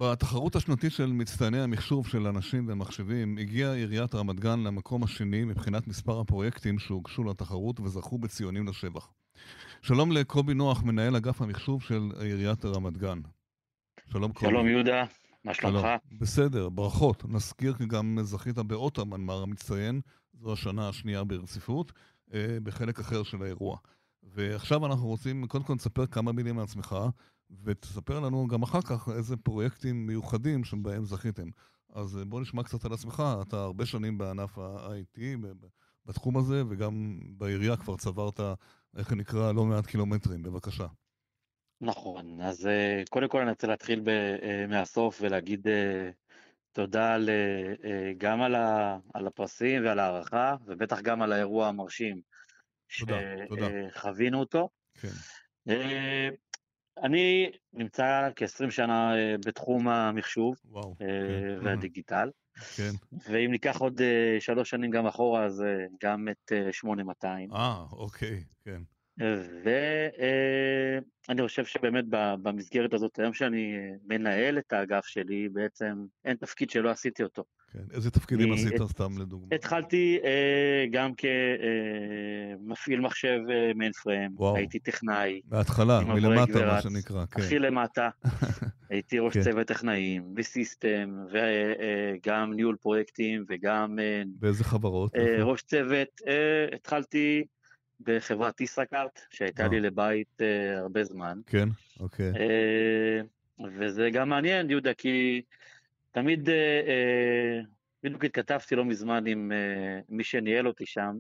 בתחרות השנתית של מצטייני המחשוב של אנשים ומחשבים, הגיעה עיריית רמת גן למקום השני מבחינת מספר הפרויקטים שהוגשו לתחרות וזכו בציונים לשבח. שלום לקובי נוח, מנהל אגף המחשוב של עיריית רמת גן. שלום קובי. שלום יהודה, מה שלום. שלומך? בסדר, ברכות. נזכיר כי גם זכית באות המנמ"ר המצטיין, זו השנה השנייה ברציפות, בחלק אחר של האירוע. ועכשיו אנחנו רוצים, קודם כל תספר כמה מילים מעצמך, ותספר לנו גם אחר כך איזה פרויקטים מיוחדים שבהם זכיתם. אז בוא נשמע קצת על עצמך, אתה הרבה שנים בענף ה-IT, בתחום הזה, וגם בעירייה כבר צברת, איך נקרא, לא מעט קילומטרים. בבקשה. נכון, אז קודם כל אני רוצה להתחיל מהסוף ולהגיד תודה גם על הפרסים ועל הערכה, ובטח גם על האירוע המרשים תודה, תודה. שחווינו אותו. כן. אני נמצא כ-20 שנה בתחום המחשוב וואו, כן. והדיגיטל, כן. ואם ניקח עוד 3 שנים גם אחורה, אז גם את 8200. אוקיי, כן. ואני חושב שבאמת במסגרת הזאת, היום שאני מנהל את האגף שלי, בעצם אין תפקיד שלא עשיתי אותו. כן, איזה תפקידים עשית סתם לדוגמה? התחלתי גם כמפעיל מחשב מיינפריים, וואו. הייתי טכנאי. בהתחלה, מלמטה מה שנקרא, כן. הכי למטה, הייתי ראש צוות טכנאים, בסיסטם, וגם ניהול פרויקטים, וגם באיזה חברות? ראש צוות. התחלתי בחברת ישראכרט, שהייתה לי לבית הרבה זמן. כן, אוקיי. וזה גם מעניין, יהודה, כי תמיד, בדיוק התכתבתי לא מזמן עם מי שניהל אותי שם,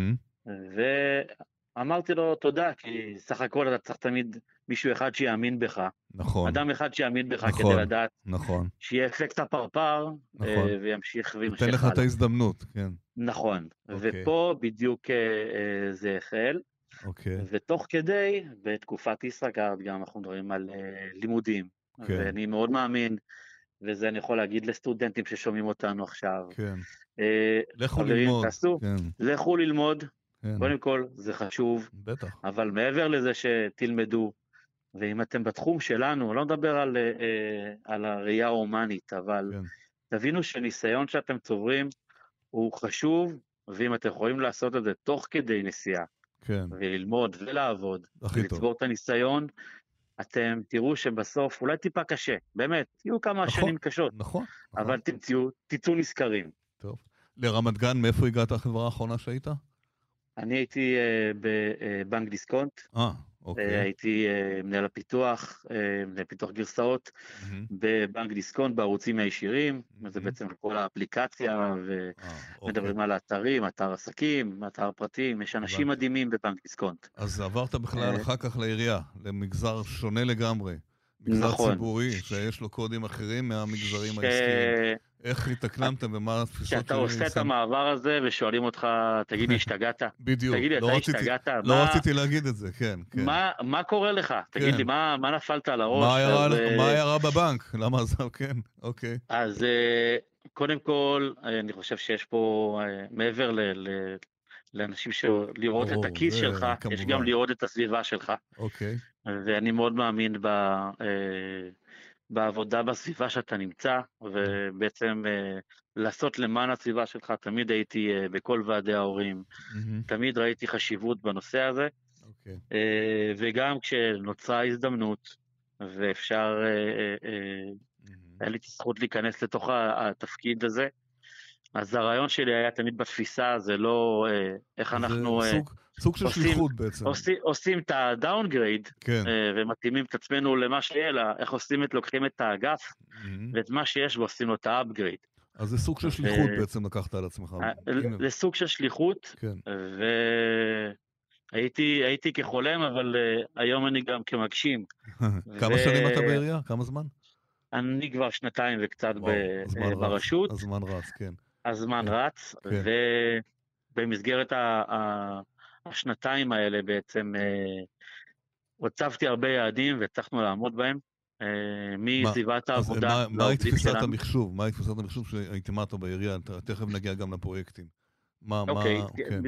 ואמרתי לו תודה, כי סך הכל אתה צריך תמיד מישהו אחד שיאמין בך. נכון. אדם אחד שיאמין בך נכון, כדי לדעת. נכון. שיהיה אפקט הפרפר, נכון. וימשיך תן לך את ההזדמנות, כן. נכון. אוקיי. ופה בדיוק זה החל. אוקיי. ותוך כדי, בתקופת ישראכרט גם אנחנו מדברים על לימודים. כן. ואני מאוד מאמין, וזה אני יכול להגיד לסטודנטים ששומעים אותנו עכשיו. כן. לכו ללמוד. כן. לכו ללמוד. כן. קודם כל, זה חשוב. בטח. אבל מעבר לזה שתלמדו, ואם אתם בתחום שלנו, לא נדבר על הראייה האומנית, אבל כן. תבינו שניסיון שאתם צוברים הוא חשוב, ואם אתם יכולים לעשות את זה תוך כדי נסיעה, כן. וללמוד ולעבוד, הכי טוב. ולצבור את הניסיון, אתם תראו שבסוף, אולי טיפה קשה, באמת, יהיו כמה שנים קשות, נכון. אבל תצאו נזכרים. טוב. לרמת גן, מאיפה הגעת החברה האחרונה שהיית? אני הייתי בבנק דיסקונט. אוקיי. הייתי מנהל הפיתוח, מנהל פיתוח גרסאות, בבנק דיסקונט, בערוצים הישירים, זה בעצם כל האפליקציה, ומדברים על האתרים, אתר עסקים, אתר פרטים, יש אנשים מדהימים בבנק דיסקונט. אז עברת בכלל אחר כך לעירייה, למגזר שונה לגמרי, מגזר ציבורי, שיש לו קודים אחרים מהמגזרים העסקיים. איך התאקלמת ומה התפיסות שאתה עושה את המעבר הזה ושואלים אותך, תגיד לי, השתגעת? בדיוק. תגיד לי, אתה השתגעת? לא רציתי להגיד את זה, כן. מה קורה לך? תגיד לי, מה נפלת על הראש? מה היה בבנק? למה זה? כן, אוקיי. אז קודם כל, אני חושב שיש פה, מעבר לאנשים לראות את הכיס שלך, יש גם לראות את הסביבה שלך. אוקיי. ואני מאוד מאמין בעבודה בסביבה שאתה נמצא, ובעצם לעשות למען הסביבה שלך. תמיד הייתי בכל ועדי ההורים, תמיד ראיתי חשיבות בנושא הזה, וגם כשנוצרה הזדמנות, ואפשר, היה לי זכות להיכנס לתוך התפקיד הזה, אז הרעיון שלי היה תמיד בתפיסה, זה לא איך אנחנו סוג של שליחות בעצם. עושים את הדאונגרייד, ומתאימים את עצמנו למה שיהיה, אלא איך לוקחים את האגף, ואת מה שיש ועושים לו את האפגרייד. אז זה סוג של שליחות בעצם לקחת על עצמך. זה סוג של שליחות, והייתי כחולם, אבל היום אני גם כמגשים. כמה שנים אתה בעירייה? כמה זמן? אני כבר 2 וקצת ברשות. הזמן רץ, כן. הזמן רץ, ובמסגרת השנתיים האלה בעצם הצבתי הרבה יעדים והצלחנו לעמוד בהם, מסביבת העבודה לעובדים שלנו. מה תפיסת המחשוב שהתאמת בעירייה? תכף נגיע גם לפרויקטים. אוקיי,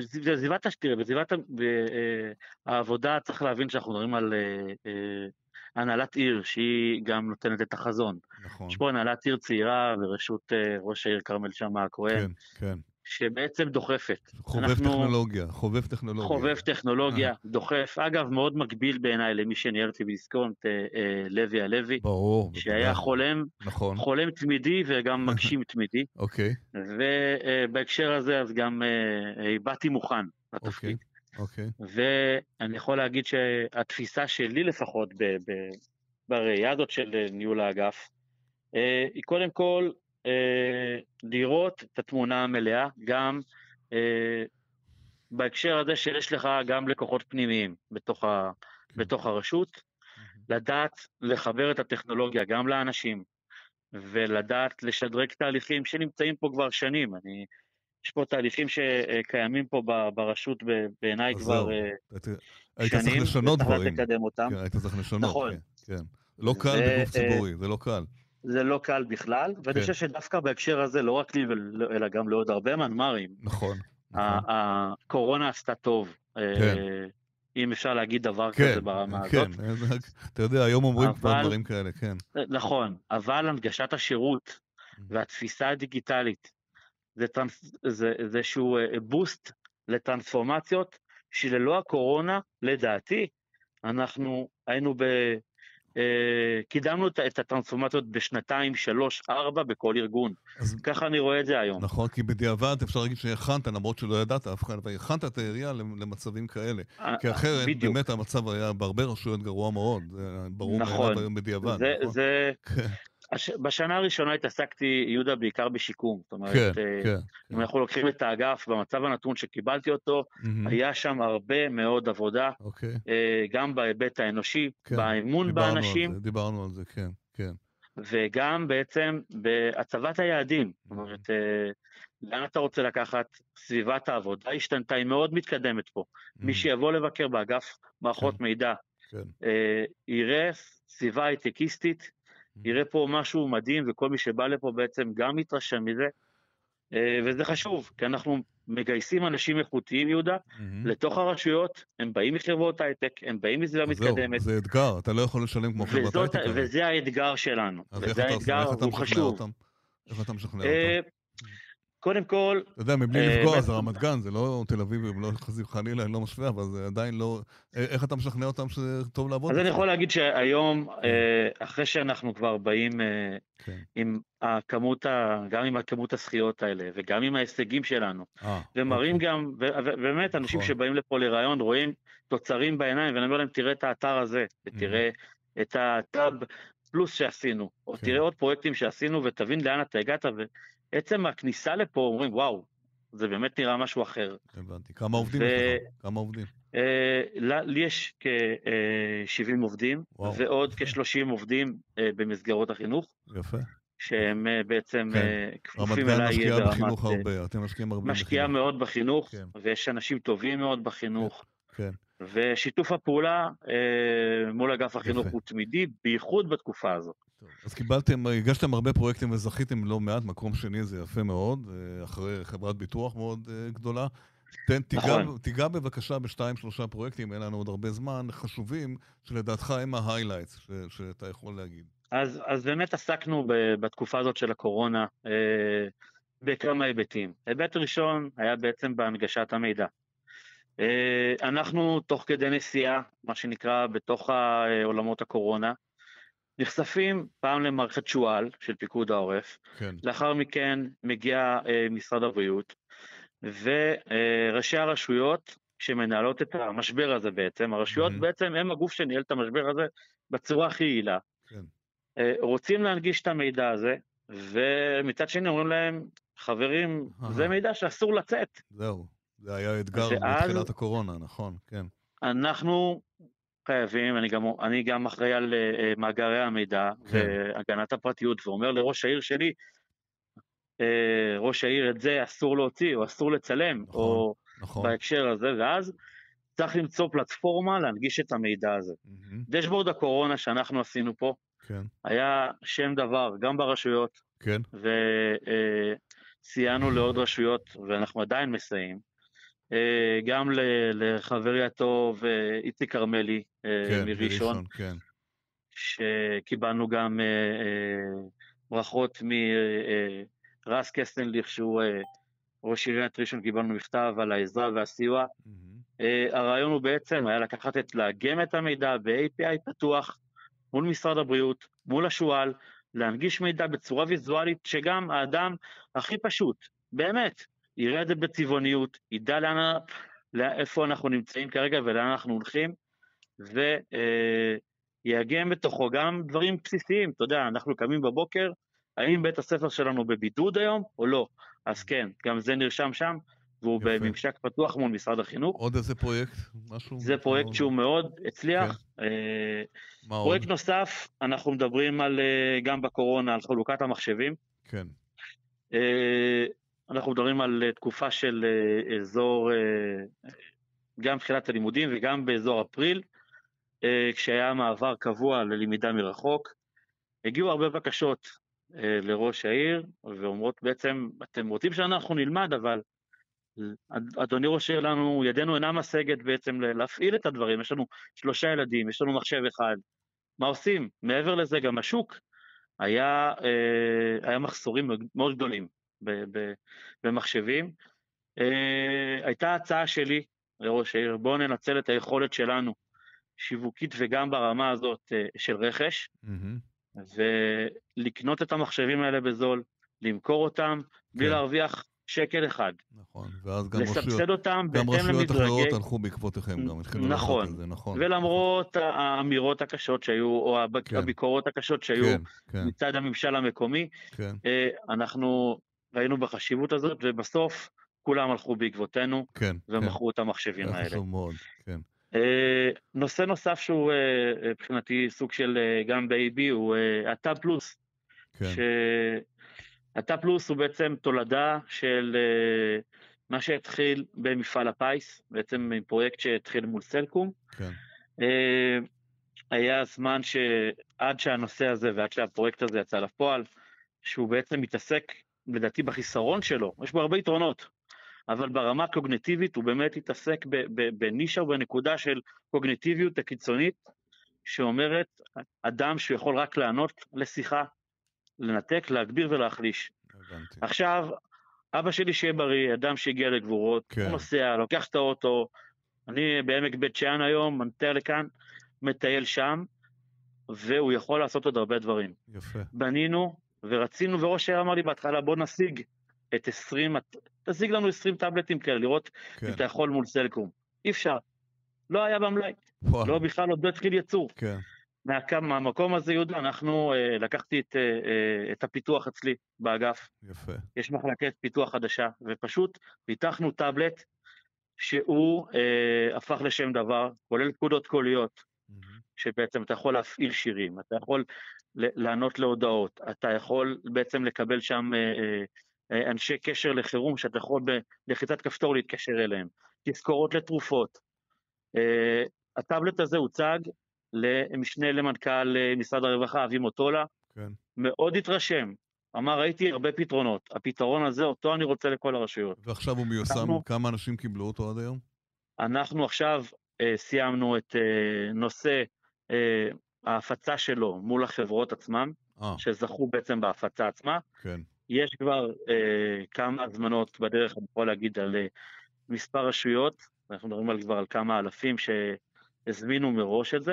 בסביבת העבודה צריך להבין שאנחנו מדברים הנהלת עיר שהיא גם נותנת את החזון. נכון. יש פה הנהלת עיר צעירה בראשות ראש העיר כרמל שאמה הכהן, כן, כן. שבעצם דוחפת. חובב טכנולוגיה. חובב טכנולוגיה, דוחף. אגב, מאוד מקביל בעיניי למי שניהל אותי בדיסקונט, לוי הלוי. ברור. שהיה חולם תמידי וגם מגשים תמידי. אוקיי. ובהקשר הזה אז גם באתי מוכן לתפקיד. אוקיי. ואני יכול להגיד שהתפיסה שלי לפחות בראייה הזאת של ניהול האגף, היא קודם כל לראות את התמונה המלאה, גם בהקשר הזה שיש לך גם לקוחות פנימיים בתוך הרשות, לדעת לחבר את הטכנולוגיה גם לאנשים, ולדעת לשדרג תהליכים שנמצאים פה כבר שנים. יש פה תהליכים שקיימים פה ברשות בעיניי כבר שנים. היית צריך לשנות דברים. לקדם אותם. כן, היית צריך לשנות. נכון. כן. לא קל בגוף ציבורי, זה לא קל. זה לא קל בכלל, ואני חושב שדווקא בהקשר הזה, לא רק לי, אלא גם לעוד הרבה מנמ"רים, נכון. הקורונה עשתה טוב. אם אפשר להגיד דבר כזה ברמה הזאת. כן, אתה יודע, היום אומרים כבר דברים כאלה, כן. נכון, אבל הנגשת השירות והתפיסה הדיגיטלית, זה איזשהו בוסט לטרנספורמציות, שללא הקורונה, לדעתי, אנחנו היינו קידמנו את הטרנספורמציות בשנתיים, 3, 4 בכל ארגון. ככה אני רואה את זה היום. נכון, כי בדיעבד אפשר להגיד שהכנת, למרות שלא ידעת אף אחד, והכנת את העירייה למצבים כאלה. כי אחרת באמת המצב היה בהרבה רשויות גרוע מאוד. ברור מאליו היום בדיעבד. בשנה הראשונה התעסקתי, יהודה, בעיקר בשיקום. זאת אומרת, אם אנחנו לוקחים את האגף, במצב הנתון שקיבלתי אותו, היה שם הרבה מאוד עבודה, גם בהיבט האנושי, באמון באנשים. דיברנו על זה, כן, כן. וגם בעצם בהצבת היעדים. זאת אומרת, לאן אתה רוצה לקחת? סביבת העבודה השתנתה, היא מאוד מתקדמת פה. מי שיבוא לבקר באגף מערכות מידע, יראה סביבה הייטקיסטית, יראה פה משהו מדהים, וכל מי שבא לפה בעצם גם מתרשם מזה, וזה חשוב, כי אנחנו מגייסים אנשים איכותיים, יהודה, לתוך הרשויות, הם באים מחברות הייטק, הם באים מסביבה מתקדמת. זה אתגר, אתה לא יכול לשלם כמו חברת הייטק. וזה האתגר שלנו, וזה האתגר, הוא חשוב. איך אתה משכנע אותם? קודם כל... אתה יודע, מבלי לפגוע, זה רמת גן, זה לא תל אביב, לא חלילה, אני לא משווה, אבל זה עדיין לא... איך אתה משכנע אותם שזה טוב לעבוד? אז אני יכול להגיד שהיום, אחרי שאנחנו כבר באים עם הכמות, גם עם הכמות הזכיות האלה, וגם עם ההישגים שלנו, ומראים גם, ובאמת, אנשים שבאים לפה לרעיון, רואים תוצרים בעיניים, ואני אומר להם, תראה את האתר הזה, ותראה את הטאב פלוס שעשינו, או תראה עוד פרויקטים שעשינו, ותבין לאן אתה הגעת, עצם הכניסה לפה אומרים, וואו, זה באמת נראה משהו אחר. הבנתי. כמה עובדים יש לך? כמה עובדים? לי יש כ-70 עובדים, ועוד כ-30 עובדים במסגרות החינוך. יפה. שהם בעצם כפופים אליי. רמת גן משקיעה בחינוך הרבה, אתם משקיעים הרבה בחינוך. משקיעה מאוד בחינוך, ויש אנשים טובים מאוד בחינוך. כן. ושיתוף הפעולה מול אגף החינוך הוא תמידי, בייחוד בתקופה הזאת. אז הגשתם הרבה פרויקטים וזכיתם לא מעט, מקום שני זה יפה מאוד, אחרי חברת ביטוח מאוד גדולה. תיגע בבקשה ב2-3 פרויקטים, אין לנו עוד הרבה זמן, חשובים, שלדעתך הם ההיילייטס שאתה יכול להגיד. אז באמת עסקנו בתקופה הזאת של הקורונה, בכמה היבטים. היבט ראשון היה בעצם בהנגשת המידע. אנחנו תוך כדי נסיעה, מה שנקרא בתוך עולמות הקורונה, נחשפים פעם למערכת שואל של פיקוד העורף, לאחר מכן מגיע משרד הבריאות, וראשי הרשויות שמנהלות את המשבר הזה בעצם, הרשויות בעצם הם הגוף שניהל את המשבר הזה בצורה הכי יעילה. רוצים להנגיש את המידע הזה, ומצד שני אומרים להם, חברים, זה מידע שאסור לצאת. זהו, זה היה אתגר בתחילת הקורונה, נכון, כן. אנחנו חייבים, אני גם אחראי על מאגרי המידע והגנת הפרטיות, ואומר לראש העיר שלי, ראש העיר את זה אסור להוציא, או אסור לצלם, או בהקשר הזה, ואז צריך למצוא פלטפורמה להנגיש את המידע הזה. דשבורד הקורונה שאנחנו עשינו פה, היה שם דבר, גם ברשויות, וסייענו לעוד רשויות, ואנחנו עדיין מסייעים, גם לחברי הטוב איציק כרמלי מראשון, שקיבלנו גם ברכות מרס קסטנליך, שהוא ראש עיריית ראשון, קיבלנו מכתב על העזרה והסיוע. הרעיון הוא בעצם היה לאגם את המידע ב-API פתוח מול משרד הבריאות, מול השואל, להנגיש מידע בצורה ויזואלית, שגם האדם הכי פשוט, באמת, יראה את זה בצבעוניות, ידע איפה אנחנו נמצאים כרגע ולאן אנחנו הולכים, ויאגם בתוכו גם דברים בסיסיים. אתה יודע, אנחנו קמים בבוקר, האם בית הספר שלנו בבידוד היום או לא? אז כן, גם זה נרשם שם, והוא יפה. בממשק פתוח מול משרד החינוך. עוד איזה פרויקט? משהו? זה פרויקט שהוא מאוד הצליח. כן. פרויקט עוד? נוסף, אנחנו מדברים גם בקורונה, על חלוקת המחשבים. כן. אנחנו מדברים על תקופה של אזור, גם תחילת הלימודים וגם באזור אפריל, כשהיה מעבר קבוע ללמידה מרחוק. הגיעו הרבה בקשות לראש העיר, ואומרות בעצם, אתם רוצים שאנחנו נלמד, אבל אדוני ראש העיר לנו, ידינו אינה משגת בעצם להפעיל את הדברים. יש לנו 3 ילדים, יש לנו מחשב אחד. מה עושים? מעבר לזה גם השוק, היה מחסורים מאוד גדולים במחשבים. הייתה הצעה שלי לראש העיר, בואו ננצל את היכולת שלנו, שיווקית וגם ברמה הזאת של רכש, ולקנות את המחשבים האלה בזול, למכור אותם, בלי להרוויח שקל אחד. נכון, ואז גם לסבסד אותם גם רשויות אחרות הלכו בעקבותיכם גם. נכון, ולמרות האמירות הקשות שהיו, או הביקורות הקשות שהיו מצד הממשל המקומי, אנחנו ראינו בחשיבות הזאת, ובסוף כולם הלכו בעקבותינו, ומכרו את המחשבים האלה. חשוב מאוד, כן. נושא נוסף שהוא מבחינתי סוג של גם ב-AB, הוא הטאב פלוס. הטאב פלוס הוא בעצם תולדה של מה שהתחיל במפעל הפיס, בעצם פרויקט שהתחיל מול סלקום. היה זמן שעד שהנושא הזה ועד שהפרויקט הזה יצא לפועל, שהוא בעצם מתעסק לדעתי בחיסרון שלו, יש בו הרבה יתרונות, אבל ברמה קוגניטיבית הוא באמת התעסק בנישה ובנקודה של קוגניטיביות הקיצונית, שאומרת אדם שיכול רק לענות לשיחה, לנתק, להגביר ולהחליש. עכשיו, אבא שלי שיהיה בריא, אדם שהגיע לגבורות, הוא נוסע, לוקח את האוטו, אני בעמק בית שאן היום, מנטר לכאן, מטייל שם, והוא יכול לעשות עוד הרבה דברים. יפה. בנינו ורצינו, וראש העיר אמר לי בהתחלה, בוא נשיג את 20, תשיג לנו 20 טאבלטים כאלה, לראות אם אתה יכול מול סלקום. אי אפשר. לא היה במלאי. לא בכלל עוד לא התחיל יצור. כן. מהמקום הזה, יהודה, אנחנו לקחתי את הפיתוח אצלי באגף. יפה. יש מחלקת פיתוח חדשה, ופשוט פיתחנו טאבלט שהוא הפך לשם דבר, כולל פקודות קוליות, שבעצם אתה יכול להפעיל שירים, אתה יכול לענות להודעות, אתה יכול בעצם לקבל שם אנשי קשר לחירום, שאתה יכול בלחיצת כפתור להתקשר אליהם, תזכורות לתרופות. הטאבלט הזה הוצג למשנה למנכ"ל משרד הרווחה, אבי מוטולה, מאוד התרשם, אמר, ראיתי הרבה פתרונות, הפתרון הזה, אותו אני רוצה לכל הרשויות. ועכשיו הוא מיושם, כמה אנשים קיבלו אותו עד היום? אנחנו עכשיו סיימנו את נושא ההפצה שלו מול החברות עצמם, שזכו בעצם בהפצה עצמה. כן. יש כבר כמה הזמנות בדרך, אני יכול להגיד על מספר רשויות, אנחנו מדברים כבר על כמה אלפים שהזמינו מראש את זה,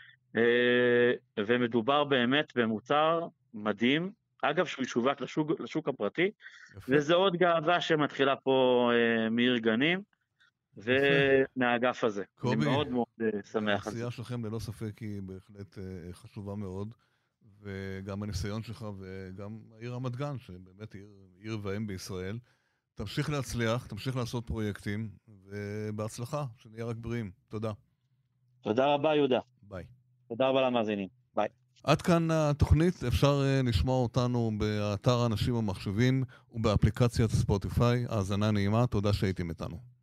ומדובר באמת במוצר מדהים, אגב שהוא ישווק לשוק הפרטי, וזה עוד גאווה שמתחילה פה מעיר גנים, ומהאגף הזה. קובי, אני מאוד מאוד שמח. העשייה שלכם ללא ספק היא בהחלט חשובה מאוד, וגם הניסיון שלך וגם העיר רמת גן, שבאמת עיר ואם בישראל, תמשיך להצליח, תמשיך לעשות פרויקטים, ובהצלחה, שנהיה רק בריאים. תודה. תודה רבה, יהודה. ביי. תודה רבה למאזינים. ביי. עד כאן התוכנית, אפשר לשמוע אותנו באתר אנשים ומחשבים ובאפליקציית ספוטיפיי. האזנה נעימה, תודה שהייתם איתנו.